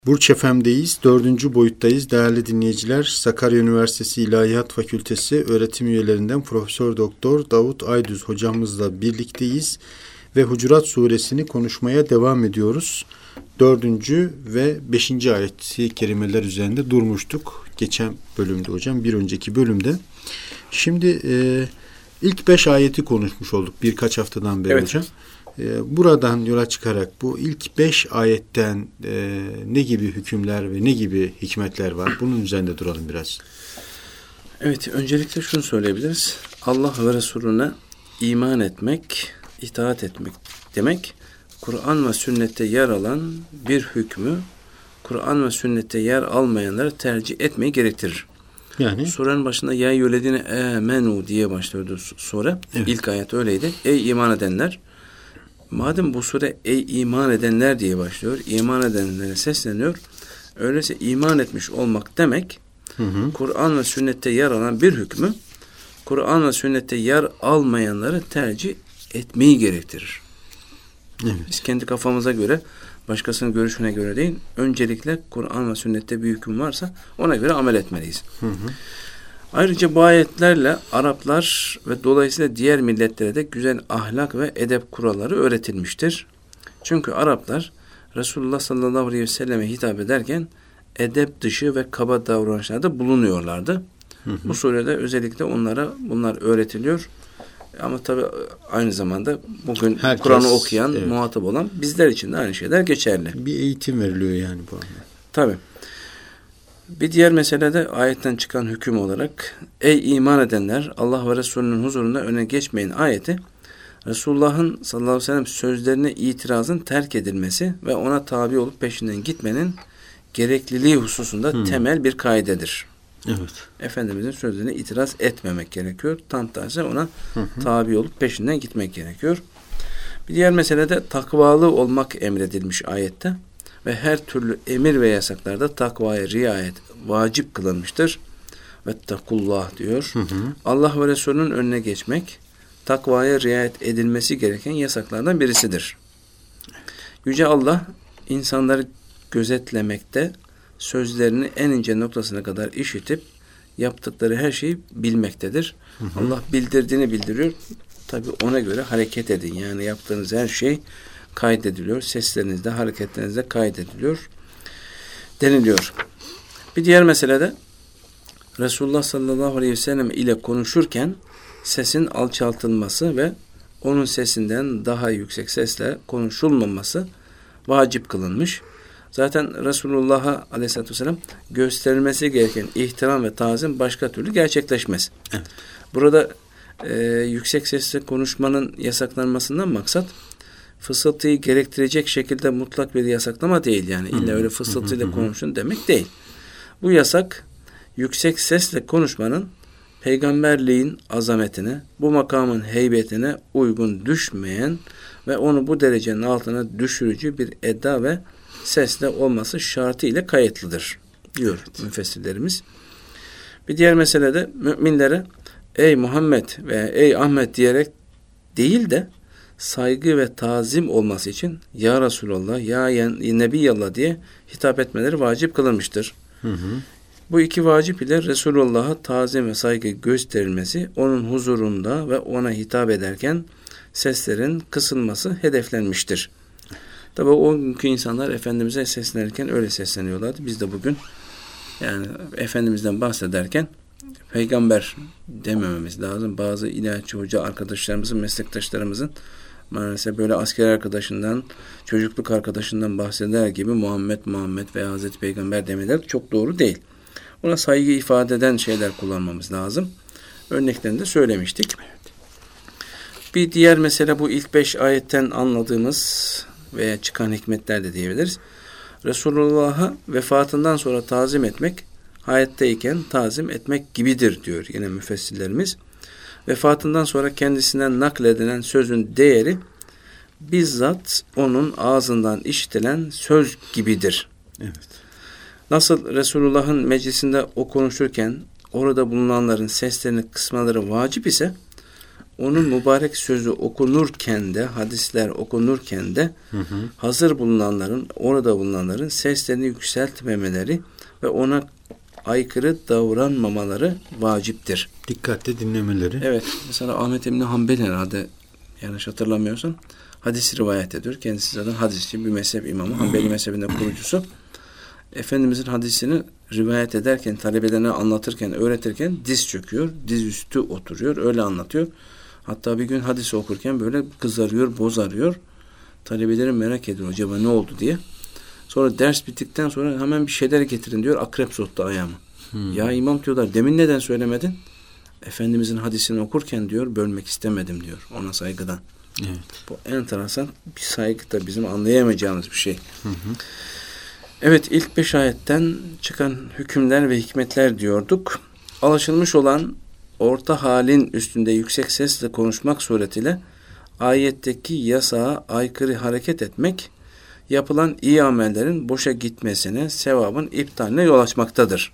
Burç FM'deyiz. 4. boyuttayız. Değerli dinleyiciler, Sakarya Üniversitesi İlahiyat Fakültesi öğretim üyelerinden Profesör Doktor Davut Aydüz hocamızla birlikteyiz ve Hucurat Suresini konuşmaya devam ediyoruz. 4. ve 5. ayet-i kerimeler üzerinde durmuştuk. Geçen bölümde hocam, bir önceki bölümde. Şimdi ilk 5 ayeti konuşmuş olduk birkaç haftadan beri, evet hocam. Buradan yola çıkarak bu ilk 5 ayetten ne gibi hükümler ve ne gibi hikmetler var? Bunun üzerinde duralım biraz. Evet, öncelikle şunu söyleyebiliriz. Allah ve Resulüne iman etmek, itaat etmek demek, Kur'an ve sünnette yer alan bir hükmü, Kur'an ve sünnette yer almayanları tercih etmeyi gerektirir. Yani surenin başında ya eyyühellezine amenu diye başlıyordu sure. Evet. İlk ayet öyleydi. Ey iman edenler. Madem bu sure ey iman edenler diye başlıyor, iman edenlere sesleniyor. Öyleyse iman etmiş olmak demek, Kur'an ve sünnette yer alan bir hükmü, Kur'an ve sünnette yer almayanları tercih etmeyi gerektirir. Evet. Biz kendi kafamıza göre, başkasının görüşüne göre değil, öncelikle Kur'an ve sünnette bir hüküm varsa ona göre amel etmeliyiz. Ayrıca bu ayetlerle Araplar ve dolayısıyla diğer milletlere de güzel ahlak ve edep kuralları öğretilmiştir. Çünkü Araplar Resulullah sallallahu aleyhi ve selleme hitap ederken edep dışı ve kaba davranışlarda bulunuyorlardı. Bu surede özellikle onlara bunlar öğretiliyor. Ama tabii aynı zamanda bugün Kur'an'ı okuyan, evet, muhatap olan bizler için de aynı şeyler geçerli. Bir eğitim veriliyor yani bu anlamda. Tabii. Bir diğer mesele de ayetten çıkan hüküm olarak ey iman edenler Allah ve Resulünün huzurunda öne geçmeyin ayeti Resulullah'ın sallallahu aleyhi ve sellem sözlerine itirazın terk edilmesi ve ona tabi olup peşinden gitmenin gerekliliği hususunda temel bir kaidedir. Evet. Efendimizin sözlerine itiraz etmemek gerekiyor. Tam tersi ona tabi olup peşinden gitmek gerekiyor. Bir diğer mesele de takvalı olmak emredilmiş ayette. Ve her türlü emir ve yasaklarda takvaya riayet vacip kılınmıştır. Vettakullah diyor. Allah ve Resulünün önüne geçmek, takvaya riayet edilmesi gereken yasaklardan birisidir. Yüce Allah, insanları gözetlemekte, sözlerini en ince noktasına kadar işitip, yaptıkları her şeyi bilmektedir. Allah bildirdiğini bildiriyor. Tabi ona göre hareket edin. Yani yaptığınız her şey kaydediliyor. Seslerinizde, hareketlerinizde kaydediliyor deniliyor. Bir diğer mesele de Resulullah sallallahu aleyhi ve sellem ile konuşurken sesin alçaltılması ve onun sesinden daha yüksek sesle konuşulmaması vacip kılınmış. Zaten Resulullah'a aleyhissalatü vesselam gösterilmesi gereken ihtiram ve tazim başka türlü gerçekleşmez. Evet. Burada yüksek sesle konuşmanın yasaklanmasından maksat fısıltıyı gerektirecek şekilde mutlak bir yasaklama değil yani. İlla öyle fısıltıyla konuşun demek değil. Bu yasak yüksek sesle konuşmanın peygamberliğin azametine, bu makamın heybetine uygun düşmeyen ve onu bu derecenin altına düşürücü bir eda ve sesle olması şartıyla kayıtlıdır diyor müfessirlerimiz. Bir diğer mesele de müminlere ey Muhammed veya ey Ahmet diyerek değil de saygı ve tazim olması için ya Resulallah, ya Nebiyallah diye hitap etmeleri vacip kılınmıştır. Bu iki vacip ile Resulullah'a tazim ve saygı gösterilmesi, onun huzurunda ve ona hitap ederken seslerin kısılması hedeflenmiştir. Tabi o günkü insanlar Efendimiz'e seslenirken öyle sesleniyorlardı. Biz de bugün yani Efendimiz'den bahsederken peygamber demememiz lazım. Bazı ilahiyatçı hoca arkadaşlarımızın, meslektaşlarımızın maalesef böyle asker arkadaşından, çocukluk arkadaşından bahseder gibi Muhammed veya Hazreti Peygamber demeler çok doğru değil. Ona saygı ifade eden şeyler kullanmamız lazım. Örneklerini de söylemiştik. Bir diğer mesele bu ilk 5 ayetten anladığımız veya çıkan hikmetler de diyebiliriz. Resulullah'a vefatından sonra tazim etmek, hayattayken tazim etmek gibidir diyor yine müfessirlerimiz. Vefatından sonra kendisinden nakledilen sözün değeri bizzat onun ağzından işitilen söz gibidir. Evet. Nasıl Resulullah'ın meclisinde o konuşurken orada bulunanların seslerini kısmaları vacip ise onun mübarek sözü okunurken de, hadisler okunurken de hazır bulunanların, orada bulunanların seslerini yükseltmemeleri ve ona aykırı davranmamaları vaciptir. Dikkatle dinlemeleri. Evet. Mesela Ahmet İbni Hanbel herhalde, yanlış hatırlamıyorsam, hadis rivayet ediyor. Kendisi zaten hadisçi, bir mezhep imamı, Hanbeli mezhebinde kurucusu. Efendimizin hadisini rivayet ederken, talebelerine anlatırken, öğretirken diz çöküyor, diz üstü oturuyor, öyle anlatıyor. Hatta bir gün hadisi okurken böyle kızarıyor, bozarıyor. Talebelerim merak ediyor, acaba ne oldu diye. Sonra ders bittikten sonra hemen bir şeyler getirin diyor, akrep soktu ayağımı. Ya imam diyorlar, demin neden söylemedin? Efendimizin hadisini okurken diyor, bölmek istemedim diyor, ona saygıdan. Evet. Bu enteresan bir saygı da bizim anlayamayacağımız bir şey. Evet, ilk 5 ayetten çıkan hükümler ve hikmetler diyorduk. Alışılmış olan orta halin üstünde yüksek sesle konuşmak suretiyle ayetteki yasağa aykırı hareket etmek, yapılan iyi amellerin boşa gitmesine, sevabın iptaline yol açmaktadır.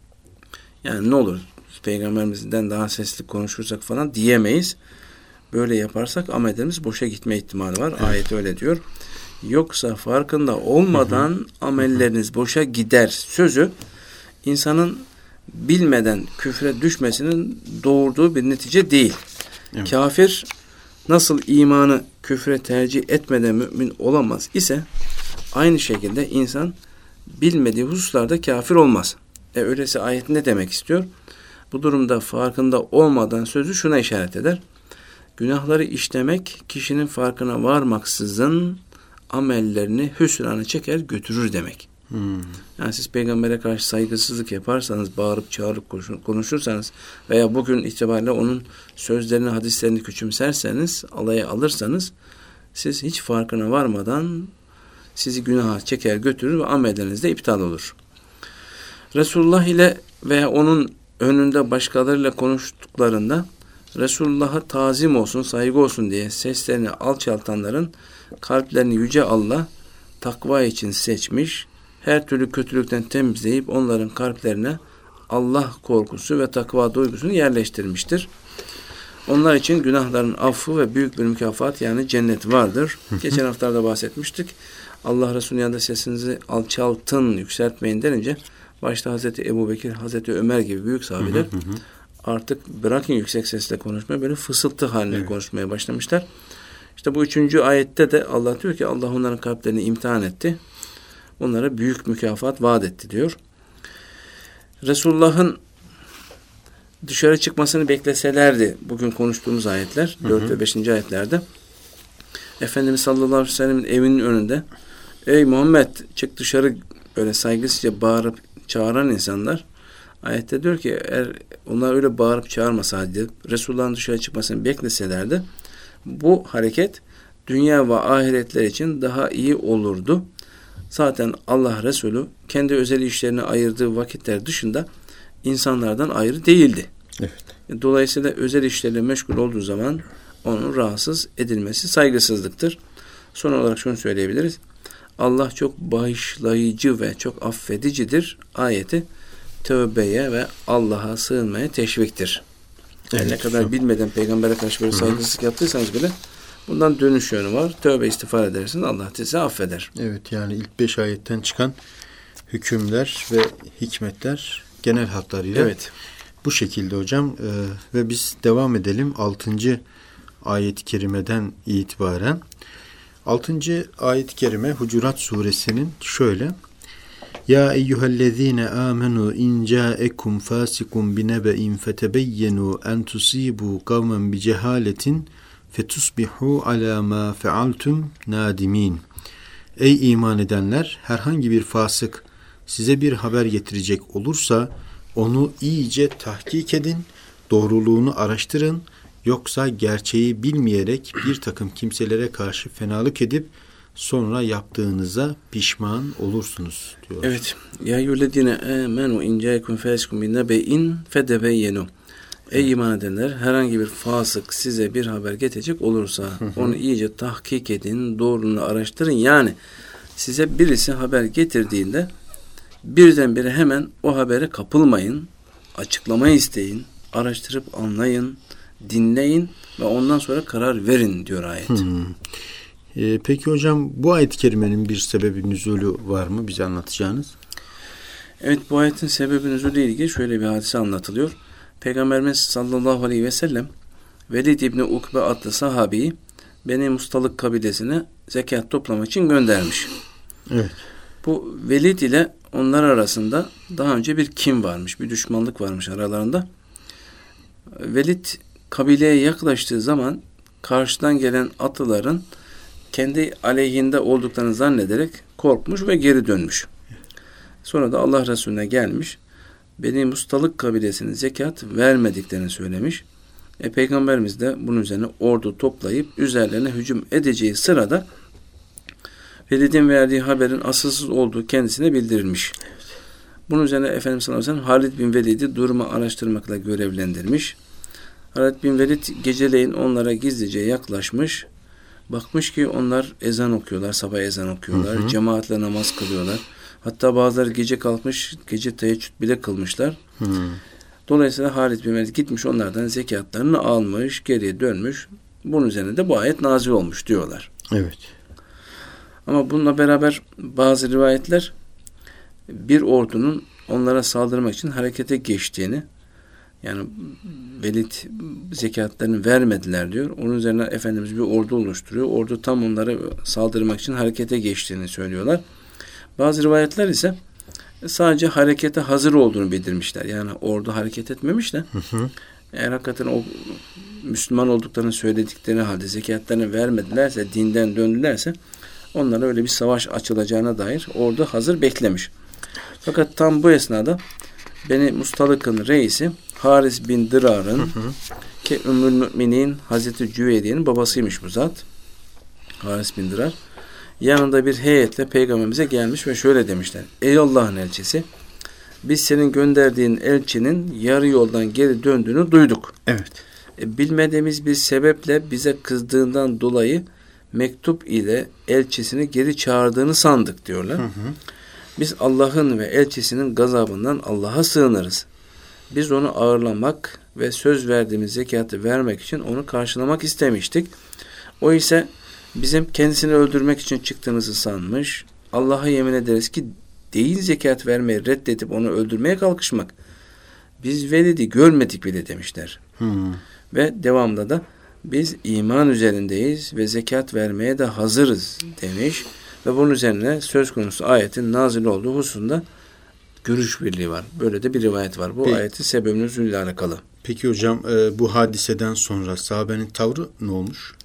Yani ne olur, Peygamberimizden daha sesli konuşursak falan diyemeyiz. Böyle yaparsak amellerimiz boşa gitme ihtimali var. Evet. Ayet öyle diyor. Yoksa farkında olmadan amelleriniz boşa gider sözü insanın bilmeden küfre düşmesinin doğurduğu bir netice değil. Evet. Kafir nasıl imanı küfre tercih etmeden mümin olamaz ise aynı şekilde insan bilmediği hususlarda kafir olmaz. Öyleyse ayet ne demek istiyor? Bu durumda farkında olmadan sözü şuna işaret eder. Günahları işlemek kişinin farkına varmaksızın amellerini hüsrana çeker götürür demek. Yani siz peygambere karşı saygısızlık yaparsanız, bağırıp çağırıp konuşursanız veya bugün itibariyle onun sözlerini, hadislerini küçümserseniz, alaya alırsanız siz hiç farkına varmadan sizi günaha çeker götürür ve amelleriniz de iptal olur. Resulullah ile veya onun önünde başkalarıyla konuştuklarında Resulullah'a tazim olsun, saygı olsun diye seslerini alçaltanların kalplerini Yüce Allah takva için seçmiş, her türlü kötülükten temizleyip onların kalplerine Allah korkusu ve takva duygusunu yerleştirmiştir. Onlar için günahların affı ve büyük bir mükafat, yani cennet vardır. Geçen haftalarda bahsetmiştik. Allah Resulü'nün yanında sesinizi alçaltın, yükseltmeyin denince başta Hazreti Ebubekir, Hazreti Ömer gibi büyük sahabeler artık bırakın yüksek sesle konuşmayı, böyle fısıltı haline konuşmaya başlamışlar. İşte bu 3. ayette de Allah diyor ki Allah onların kalplerini imtihan etti. Onlara büyük mükafat vaat etti diyor. Resulullah'ın dışarı çıkmasını bekleselerdi, bugün konuştuğumuz ayetler 4 ve 5. ayetlerde, Efendimiz sallallahu aleyhi ve sellem'in evinin önünde ey Muhammed çık dışarı, böyle saygısızca bağırıp çağıran insanlar, ayette diyor ki eğer onlar öyle bağırıp çağırmasaydı, Resulullah'ın dışarı çıkmasını bekleselerdi, bu hareket dünya ve ahiretler için daha iyi olurdu. Zaten Allah Resulü kendi özel işlerine ayırdığı vakitler dışında insanlardan ayrı değildi. Evet. Dolayısıyla özel işlerle meşgul olduğu zaman onun rahatsız edilmesi saygısızlıktır. Son olarak şunu söyleyebiliriz. Allah çok bağışlayıcı ve çok affedicidir. Ayeti tövbeye ve Allah'a sığınmaya teşviktir. Evet, ne kadar bilmeden peygambere karşı böyle saygısızlık yaptıysanız bile bundan dönüş yönü var. Tövbe istiğfar edersiniz. Allah sizi affeder. Evet, yani ilk 5 ayetten çıkan hükümler ve hikmetler genel hatlarıyla bu şekilde hocam. Ve biz devam edelim 6. ayet-i kerimeden itibaren. 6. ayet-i kerime Hucurat suresinin şöyle: Ya eyyühellezine amenu in ca'ekum fasikum binebe'in fetebeyyenu en tusibu kavmen bi cehaletin fetusbihu ala ma fealtum nadimin. Ey iman edenler, herhangi bir fasık size bir haber getirecek olursa onu iyice tahkik edin, doğruluğunu araştırın, yoksa gerçeği bilmeyerek bir takım kimselere karşı fenalık edip sonra yaptığınıza pişman olursunuz diyor. Evet. Ya eyyühellezine amenu in ca'ekum fasikum binebe'in fetebeyyenu. Ey iman edenler, herhangi bir fasık size bir haber getirecek olursa onu iyice tahkik edin, doğruluğunu araştırın. Yani size birisi haber getirdiğinde birdenbire hemen o habere kapılmayın, açıklamayı isteyin, araştırıp anlayın, dinleyin ve ondan sonra karar verin diyor ayet. Peki hocam, bu ayet-i kerimenin bir sebebi nüzulü var mı bize anlatacağınız? Evet, bu ayetin sebebi nüzulü ile ilgili şöyle bir hadise anlatılıyor. Peygamberimiz sallallahu aleyhi ve sellem Velid İbni Ukbe adlı sahabeyi Beni Mustalık kabilesine zekat toplamak için göndermiş. Evet. Bu Velid ile onlar arasında daha önce bir kin varmış, bir düşmanlık varmış aralarında. Velid kabileye yaklaştığı zaman karşıdan gelen atlıların kendi aleyhinde olduklarını zannederek korkmuş ve geri dönmüş. Sonra da Allah Resulüne gelmiş, Beni Mustalık kabilesinin zekat vermediklerini söylemiş. Peygamberimiz de bunun üzerine ordu toplayıp üzerlerine hücum edeceği sırada Velid'in verdiği haberin asılsız olduğu kendisine bildirilmiş. Bunun üzerine Efendimiz sallallahu aleyhi ve sellem Halid bin Velid'i durumu araştırmakla görevlendirmiş. Halid bin Velid geceleyin onlara gizlice yaklaşmış. Bakmış ki onlar ezan okuyorlar, sabah ezan okuyorlar, cemaatle namaz kılıyorlar. Hatta bazıları gece kalkmış, gece teheccüd bile kılmışlar. Dolayısıyla Halid bin Velid gitmiş, onlardan zekatlarını almış, geriye dönmüş. Bunun üzerine de bu ayet nazil olmuş diyorlar. Evet. Ama bununla beraber bazı rivayetler bir ordunun onlara saldırmak için harekete geçtiğini, yani Velid zekatlarını vermediler diyor. Onun üzerine Efendimiz bir ordu oluşturuyor. Ordu tam onlara saldırmak için harekete geçtiğini söylüyorlar. Bazı rivayetler ise sadece harekete hazır olduğunu bildirmişler. Yani ordu hareket etmemiş de eğer hakikaten o Müslüman olduklarını söyledikleri halde zekatlarını vermedilerse, dinden döndülerse onlara öyle bir savaş açılacağına dair ordu hazır beklemiş. Fakat tam bu esnada Beni Mustalık'ın reisi Haris bin Dırar'ın ki Ümmül Müminin Hazreti Cüveydiye'nin babasıymış bu zat. Haris bin Dırar. Yanında bir heyetle Peygamberimize gelmiş ve şöyle demişler. Ey Allah'ın elçisi, biz senin gönderdiğin elçinin yarı yoldan geri döndüğünü duyduk. Evet. Bilmediğimiz bir sebeple bize kızdığından dolayı mektup ile elçisini geri çağırdığını sandık diyorlar. Biz Allah'ın ve elçisinin gazabından Allah'a sığınırız. Biz onu ağırlamak ve söz verdiğimiz zekatı vermek için onu karşılamak istemiştik. O ise bizim kendisini öldürmek için çıktığımızı sanmış. Allah'a yemin ederiz ki değil zekat vermeyi reddedip onu öldürmeye kalkışmak. Biz Velid'i görmedik bile demişler. Ve devamında da biz iman üzerindeyiz ve zekat vermeye de hazırız demiş. Ve bunun üzerine söz konusu ayetin nazil olduğu hususunda görüş birliği var. Böyle de bir rivayet var. Bu ayetin sebebinin nüzulüyle alakalı. Peki hocam, bu hadiseden sonra sahabenin tavrı ne olmuş?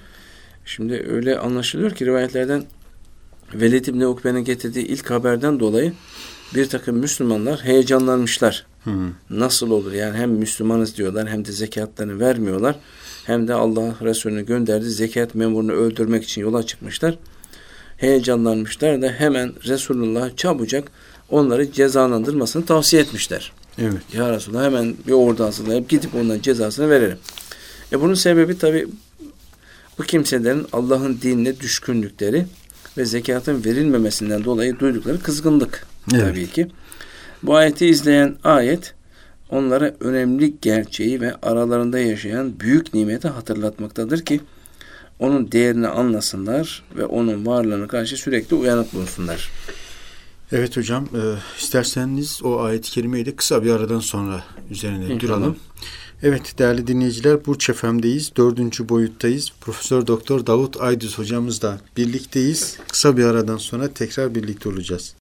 Şimdi öyle anlaşılıyor ki rivayetlerden Velid İbni Ukbe'nin getirdiği ilk haberden dolayı bir takım Müslümanlar heyecanlanmışlar. Nasıl olur? Yani hem Müslümanız diyorlar, hem de zekatlarını vermiyorlar, hem de Allah Resulü'nü gönderdiği zekat memurunu öldürmek için yola çıkmışlar. Heyecanlanmışlar da hemen Resulullah çabucak onları cezalandırmasını tavsiye etmişler. Evet. Ya Resulullah, hemen bir ordu hazırlayıp gidip onların cezasını verelim. Bunun sebebi tabi bu kimselerin Allah'ın dinine düşkünlükleri ve zekatın verilmemesinden dolayı duydukları kızgınlık. Evet. Tabii ki. Bu ayeti izleyen ayet onlara önemli gerçeği ve aralarında yaşayan büyük nimeti hatırlatmaktadır ki onun değerini anlasınlar ve onun varlığına karşı sürekli uyanık bulunsunlar. Evet hocam, isterseniz o ayet-i kerimeyi de kısa bir aradan sonra üzerine duralım. Evet değerli dinleyiciler, Burç FM'deyiz. 4. boyuttayız. Profesör Doktor Davut Aydüz hocamızla birlikteyiz. Kısa bir aradan sonra tekrar birlikte olacağız.